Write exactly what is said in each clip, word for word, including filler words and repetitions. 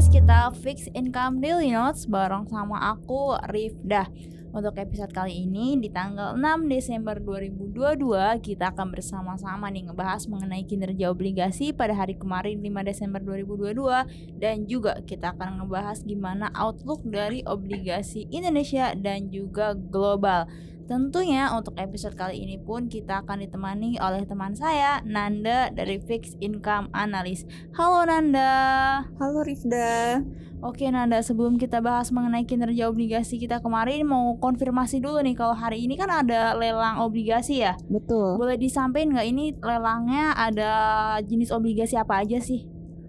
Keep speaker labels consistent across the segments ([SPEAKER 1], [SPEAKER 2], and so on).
[SPEAKER 1] podcast kita Fixed Income Daily Notes bareng sama aku Rifdah. Untuk episode kali ini di tanggal enam Desember dua ribu dua puluh dua kita akan bersama-sama nih ngebahas mengenai kinerja obligasi pada hari kemarin lima Desember dua ribu dua puluh dua, dan juga kita akan ngebahas gimana outlook dari obligasi Indonesia dan juga global. Tentunya untuk episode kali ini pun kita akan ditemani oleh teman saya, Nanda dari Fixed Income Analyst. Halo Nanda.
[SPEAKER 2] Halo Rifda.
[SPEAKER 1] Oke Nanda, sebelum kita bahas mengenai kinerja obligasi kita kemarin, mau konfirmasi dulu nih kalau hari ini kan ada lelang obligasi ya?
[SPEAKER 2] Betul.
[SPEAKER 1] Boleh disampaikan nggak ini lelangnya ada jenis obligasi apa aja sih?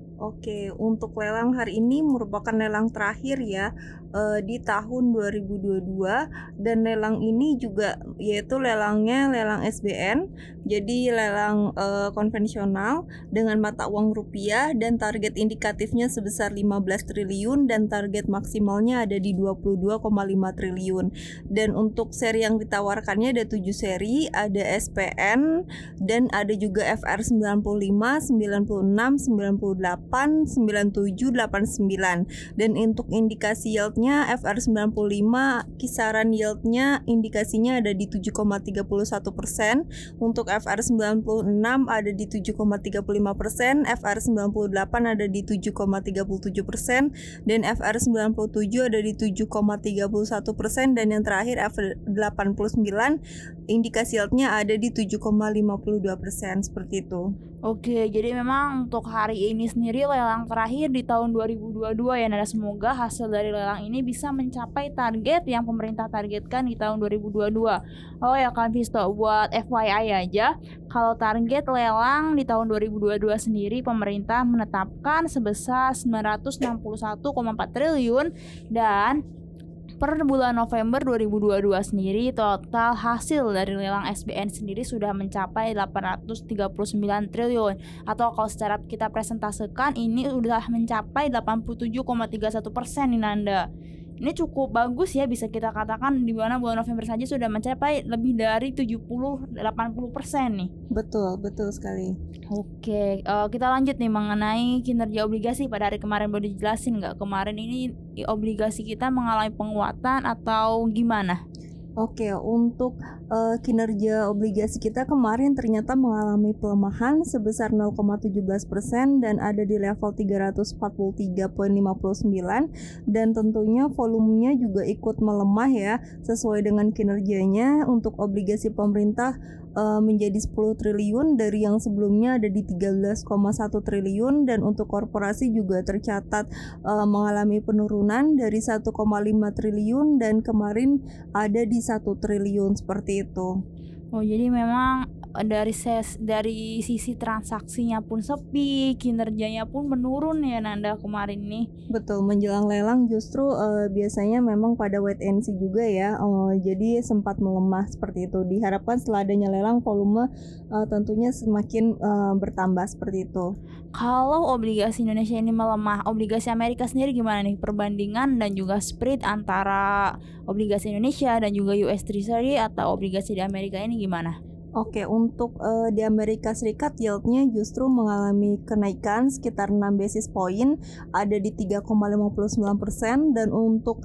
[SPEAKER 2] Oke, untuk lelang hari ini merupakan lelang terakhir ya uh, di tahun dua ribu dua puluh dua, dan lelang ini juga yaitu lelangnya lelang S B N. Jadi lelang uh, konvensional dengan mata uang rupiah dan target indikatifnya sebesar lima belas triliun dan target maksimalnya ada di dua puluh dua koma lima triliun. Dan untuk seri yang ditawarkannya ada tujuh seri, ada S P N dan ada juga F R sembilan puluh lima, sembilan puluh enam, sembilan puluh delapan, sembilan puluh tujuh, delapan puluh sembilan. Dan untuk indikasi yieldnya F R sembilan puluh lima kisaran yieldnya indikasinya ada di tujuh koma tiga satu persen, untuk F R sembilan puluh enam ada di tujuh koma tiga lima persen, F R sembilan puluh delapan ada di tujuh koma tiga tujuh persen, dan F R sembilan puluh tujuh ada di tujuh koma tiga satu persen, dan yang terakhir F R delapan puluh sembilan indikasi yieldnya ada di tujuh koma lima dua persen, seperti itu.
[SPEAKER 1] Oke, jadi memang untuk hari ini sendiri lelang terakhir di tahun dua ribu dua puluh dua ya Nanda. Semoga hasil dari lelang ini bisa mencapai target yang pemerintah targetkan di tahun dua ribu dua puluh dua. Oh ya kan Visto, buat F Y I aja, kalau target lelang di tahun dua ribu dua puluh dua sendiri pemerintah menetapkan sebesar sembilan ratus enam puluh satu koma empat triliun, dan per bulan November dua ribu dua puluh dua sendiri total hasil dari lelang S B N sendiri sudah mencapai delapan ratus tiga puluh sembilan triliun, atau kalau secara kita presentasikan ini sudah mencapai delapan puluh tujuh koma tiga satu persen nih Nanda. Ini cukup bagus ya, bisa kita katakan di mana bulan November saja sudah mencapai lebih dari tujuh puluh sampai delapan puluh persen nih.
[SPEAKER 2] Betul, betul sekali.
[SPEAKER 1] Oke, uh, kita lanjut nih mengenai kinerja obligasi pada hari kemarin. Boleh dijelasin nggak kemarin ini obligasi kita mengalami penguatan atau gimana?
[SPEAKER 2] Oke, untuk uh, kinerja obligasi kita kemarin ternyata mengalami pelemahan sebesar nol koma satu tujuh persen dan ada di level tiga ratus empat puluh tiga koma lima sembilan, dan tentunya volumenya juga ikut melemah ya sesuai dengan kinerjanya. Untuk obligasi pemerintah uh, menjadi sepuluh triliun dari yang sebelumnya ada di tiga belas koma satu triliun, dan untuk korporasi juga tercatat uh, mengalami penurunan dari satu koma lima triliun dan kemarin ada di satu triliun, seperti itu.
[SPEAKER 1] Oh, jadi memang dari ses dari sisi transaksinya pun sepi, kinerjanya pun menurun ya Nanda kemarin nih.
[SPEAKER 2] Betul, menjelang lelang justru uh, biasanya memang pada wait and see juga ya, uh, jadi sempat melemah seperti itu. Diharapkan setelah adanya lelang volume uh, tentunya semakin uh, bertambah, seperti itu.
[SPEAKER 1] Kalau obligasi Indonesia ini melemah, obligasi Amerika sendiri gimana nih perbandingan dan juga spread antara obligasi Indonesia dan juga U S Treasury atau obligasi di Amerika ini gimana?
[SPEAKER 2] Oke, untuk uh, di Amerika Serikat yieldnya justru mengalami kenaikan sekitar enam basis point, ada di tiga koma lima sembilan persen, dan untuk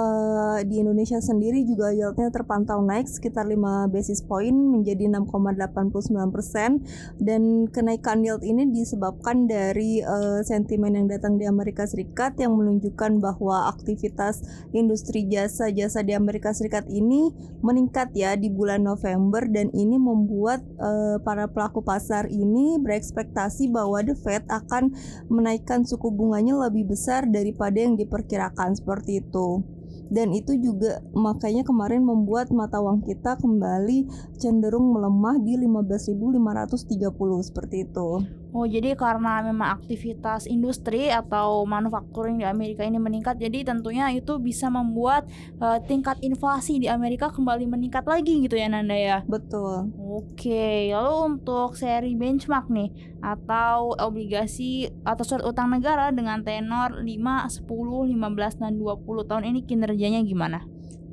[SPEAKER 2] uh, di Indonesia sendiri juga yieldnya terpantau naik sekitar lima basis point menjadi enam koma delapan sembilan persen, dan kenaikan yield ini disebabkan dari uh, sentimen yang datang di Amerika Serikat yang menunjukkan bahwa aktivitas industri jasa-jasa di Amerika Serikat ini meningkat ya di bulan November, dan ini mem membuat uh, para pelaku pasar ini berekspektasi bahwa The Fed akan menaikkan suku bunganya lebih besar daripada yang diperkirakan, seperti itu. Dan itu juga makanya kemarin membuat mata uang kita kembali cenderung melemah di lima belas ribu lima ratus tiga puluh, seperti itu.
[SPEAKER 1] Oh, jadi karena memang aktivitas industri atau manufacturing di Amerika ini meningkat, jadi tentunya itu bisa membuat uh, tingkat inflasi di Amerika kembali meningkat lagi gitu ya Nanda ya?
[SPEAKER 2] Betul.
[SPEAKER 1] Oke, lalu untuk seri benchmark nih atau obligasi atau surat utang negara dengan tenor lima, sepuluh, lima belas, dan dua puluh tahun ini kinerjanya gimana?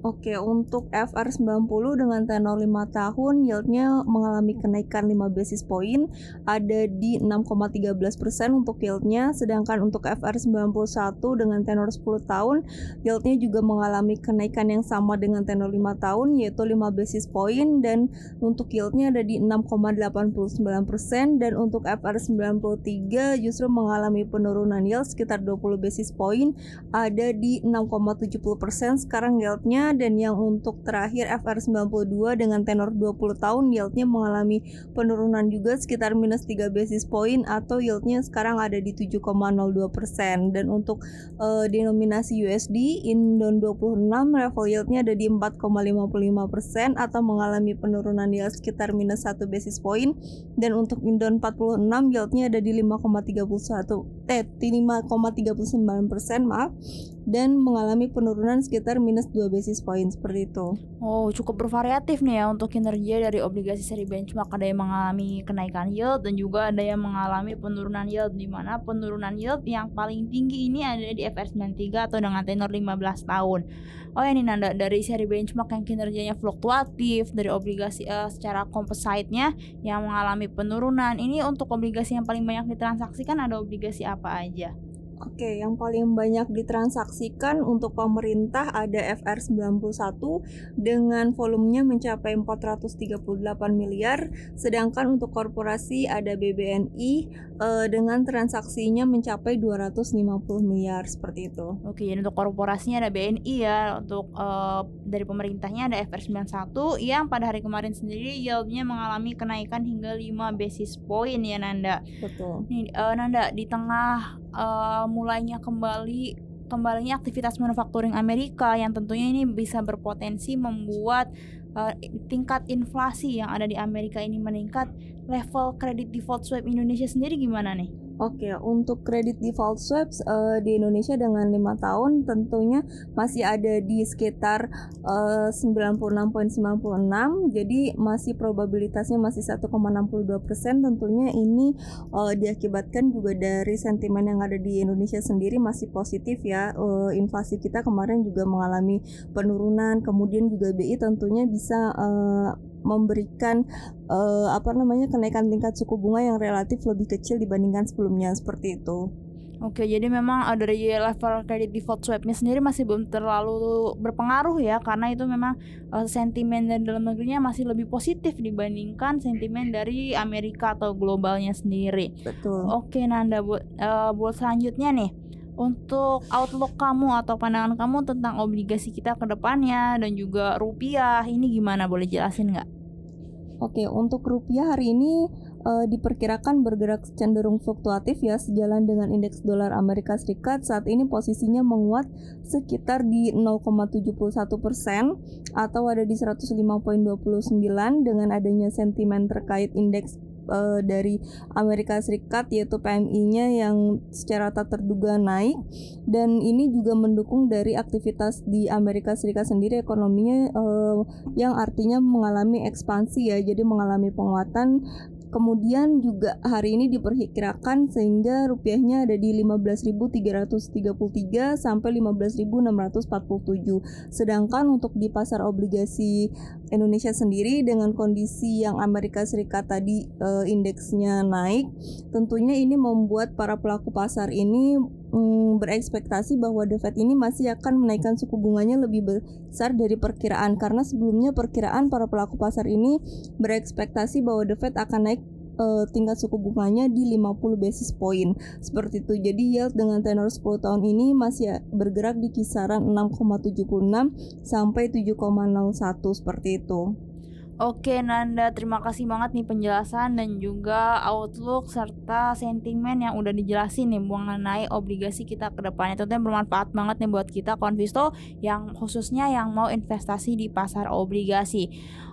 [SPEAKER 2] Oke, untuk F R sembilan puluh dengan tenor lima tahun yieldnya mengalami kenaikan lima basis point, ada di enam koma satu tiga persen untuk yieldnya, sedangkan untuk F R sembilan puluh satu dengan tenor sepuluh tahun yieldnya juga mengalami kenaikan yang sama dengan tenor lima tahun yaitu lima basis point, dan untuk yieldnya ada di enam koma delapan sembilan persen, dan untuk F R sembilan puluh tiga justru mengalami penurunan yield sekitar dua puluh basis point, ada di enam koma tujuh nol persen sekarang yieldnya. Dan yang untuk terakhir F R sembilan puluh dua dengan tenor dua puluh tahun yieldnya mengalami penurunan juga sekitar minus tiga basis point atau yieldnya sekarang ada di tujuh koma nol dua persen. Dan untuk uh, denominasi U S D Indon dua puluh enam level yieldnya ada di empat koma lima lima persen atau mengalami penurunan yield sekitar minus satu basis point. Dan untuk Indon empat puluh enam yieldnya ada di lima koma tiga satu eh lima koma tiga sembilan persen maaf, dan mengalami penurunan sekitar minus dua basis point seperti itu.
[SPEAKER 1] Oh, cukup bervariatif nih ya untuk kinerja dari obligasi seri benchmark. Ada yang mengalami kenaikan yield dan juga ada yang mengalami penurunan yield, di mana penurunan yield yang paling tinggi ini ada di F R sembilan puluh tiga atau dengan tenor lima belas tahun. Oh ya nih Nanda, dari seri benchmark yang kinerjanya fluktuatif, dari obligasi uh, secara composite-nya yang mengalami penurunan, ini untuk obligasi yang paling banyak ditransaksikan ada obligasi apa aja?
[SPEAKER 2] Oke, yang paling banyak ditransaksikan untuk pemerintah ada F R sembilan puluh satu dengan volumenya mencapai empat ratus tiga puluh delapan miliar, sedangkan untuk korporasi ada B B N I eh, dengan transaksinya mencapai dua ratus lima puluh miliar seperti itu.
[SPEAKER 1] Oke, jadi untuk korporasinya ada B N I ya, untuk uh, dari pemerintahnya ada F R sembilan puluh satu yang pada hari kemarin sendiri yieldnya mengalami kenaikan hingga lima basis point ya Nanda.
[SPEAKER 2] Betul.
[SPEAKER 1] Nih uh, Nanda, di tengah uh, mulainya kembali kembalinya aktivitas manufacturing Amerika yang tentunya ini bisa berpotensi membuat uh, tingkat inflasi yang ada di Amerika ini meningkat, level kredit default swap Indonesia sendiri gimana nih?
[SPEAKER 2] Oke, untuk kredit default swaps uh, di Indonesia dengan lima tahun tentunya masih ada di sekitar uh, sembilan puluh enam koma sembilan enam, jadi masih probabilitasnya masih satu koma enam dua persen. Tentunya ini uh, diakibatkan juga dari sentimen yang ada di Indonesia sendiri masih positif ya. Uh, inflasi kita kemarin juga mengalami penurunan, kemudian juga B I tentunya bisa uh, memberikan uh, apa namanya kenaikan tingkat suku bunga yang relatif lebih kecil dibandingkan sebelumnya seperti itu.
[SPEAKER 1] Oke, jadi memang dari level credit default swapnya sendiri masih belum terlalu berpengaruh ya, karena itu memang uh, sentimen dari dalam negerinya masih lebih positif dibandingkan sentimen dari Amerika atau globalnya sendiri.
[SPEAKER 2] Betul.
[SPEAKER 1] Oke Nanda, buat uh, buat selanjutnya nih, untuk outlook kamu atau pandangan kamu tentang obligasi kita ke depannya dan juga rupiah, ini gimana, boleh jelasin nggak?
[SPEAKER 2] Oke, untuk rupiah hari ini uh, diperkirakan bergerak cenderung fluktuatif ya, sejalan dengan indeks dolar Amerika Serikat. Saat ini posisinya menguat sekitar di nol koma tujuh satu persen atau ada di seratus lima koma dua sembilan dengan adanya sentimen terkait indeks Uh, dari Amerika Serikat yaitu P M I-nya yang secara tak terduga naik, dan ini juga mendukung dari aktivitas di Amerika Serikat sendiri ekonominya uh, yang artinya mengalami ekspansi ya, jadi mengalami penguatan. Kemudian juga hari ini diperkirakan sehingga rupiahnya ada di lima belas ribu tiga ratus tiga puluh tiga sampai lima belas ribu enam ratus empat puluh tujuh. Sedangkan untuk di pasar obligasi Indonesia sendiri dengan kondisi yang Amerika Serikat tadi e, indeksnya naik, tentunya ini membuat para pelaku pasar ini mm, berekspektasi bahwa The Fed ini masih akan menaikkan suku bunganya lebih besar dari perkiraan, karena sebelumnya perkiraan para pelaku pasar ini berekspektasi bahwa The Fed akan naik Uh, tingkat suku bunganya di lima puluh basis point seperti itu. Jadi yield dengan tenor sepuluh tahun ini masih bergerak di kisaran enam koma tujuh enam sampai tujuh koma nol satu seperti itu.
[SPEAKER 1] Oke Nanda, terima kasih banget nih penjelasan dan juga outlook serta sentimen yang udah dijelasin nih mengenai obligasi kita ke depannya. Tentunya bermanfaat banget nih buat kita Konvisto yang khususnya yang mau investasi di pasar obligasi.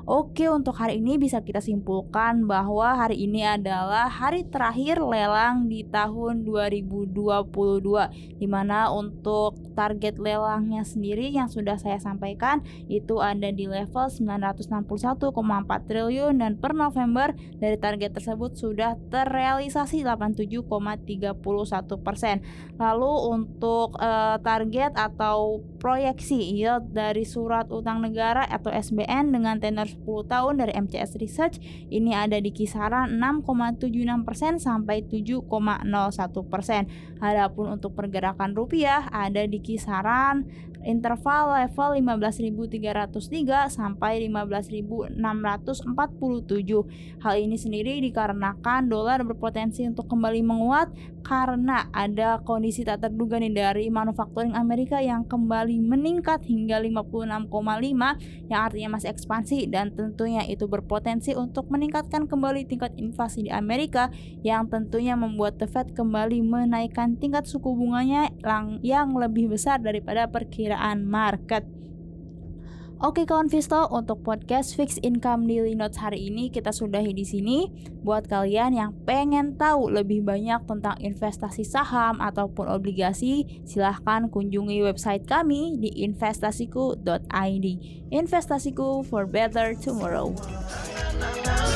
[SPEAKER 1] Oke, untuk hari ini bisa kita simpulkan bahwa hari ini adalah hari terakhir lelang di tahun dua ribu dua puluh dua, di mana untuk target lelangnya sendiri yang sudah saya sampaikan itu ada di level sembilan ratus enam puluh satu koma empat triliun, dan per November dari target tersebut sudah terrealisasi delapan puluh tujuh koma tiga satu persen. Lalu untuk eh, target atau proyeksi yield dari surat utang negara atau S B N dengan tenor sepuluh tahun dari M C S Research ini ada di kisaran enam koma tujuh enam persen sampai tujuh koma nol satu persen. Adapun untuk pergerakan rupiah ada di kisaran interval level lima belas ribu tiga ratus tiga sampai lima belas ribu enam ratus empat puluh tujuh. Hal ini sendiri dikarenakan dolar berpotensi untuk kembali menguat karena ada kondisi tak terduga nih dari manufacturing Amerika yang kembali meningkat hingga lima puluh enam koma lima yang artinya masih ekspansi, dan tentunya itu berpotensi untuk meningkatkan kembali tingkat inflasi di Amerika yang tentunya membuat The Fed kembali menaikkan tingkat suku bunganya yang lebih besar daripada perkiraan market. Oke kawan Visto, untuk podcast Fixed Income Daily Notes hari ini kita sudahi di sini. Buat kalian yang pengen tahu lebih banyak tentang investasi saham ataupun obligasi, silahkan kunjungi website kami di investasiku dot i d. Investasiku for better tomorrow.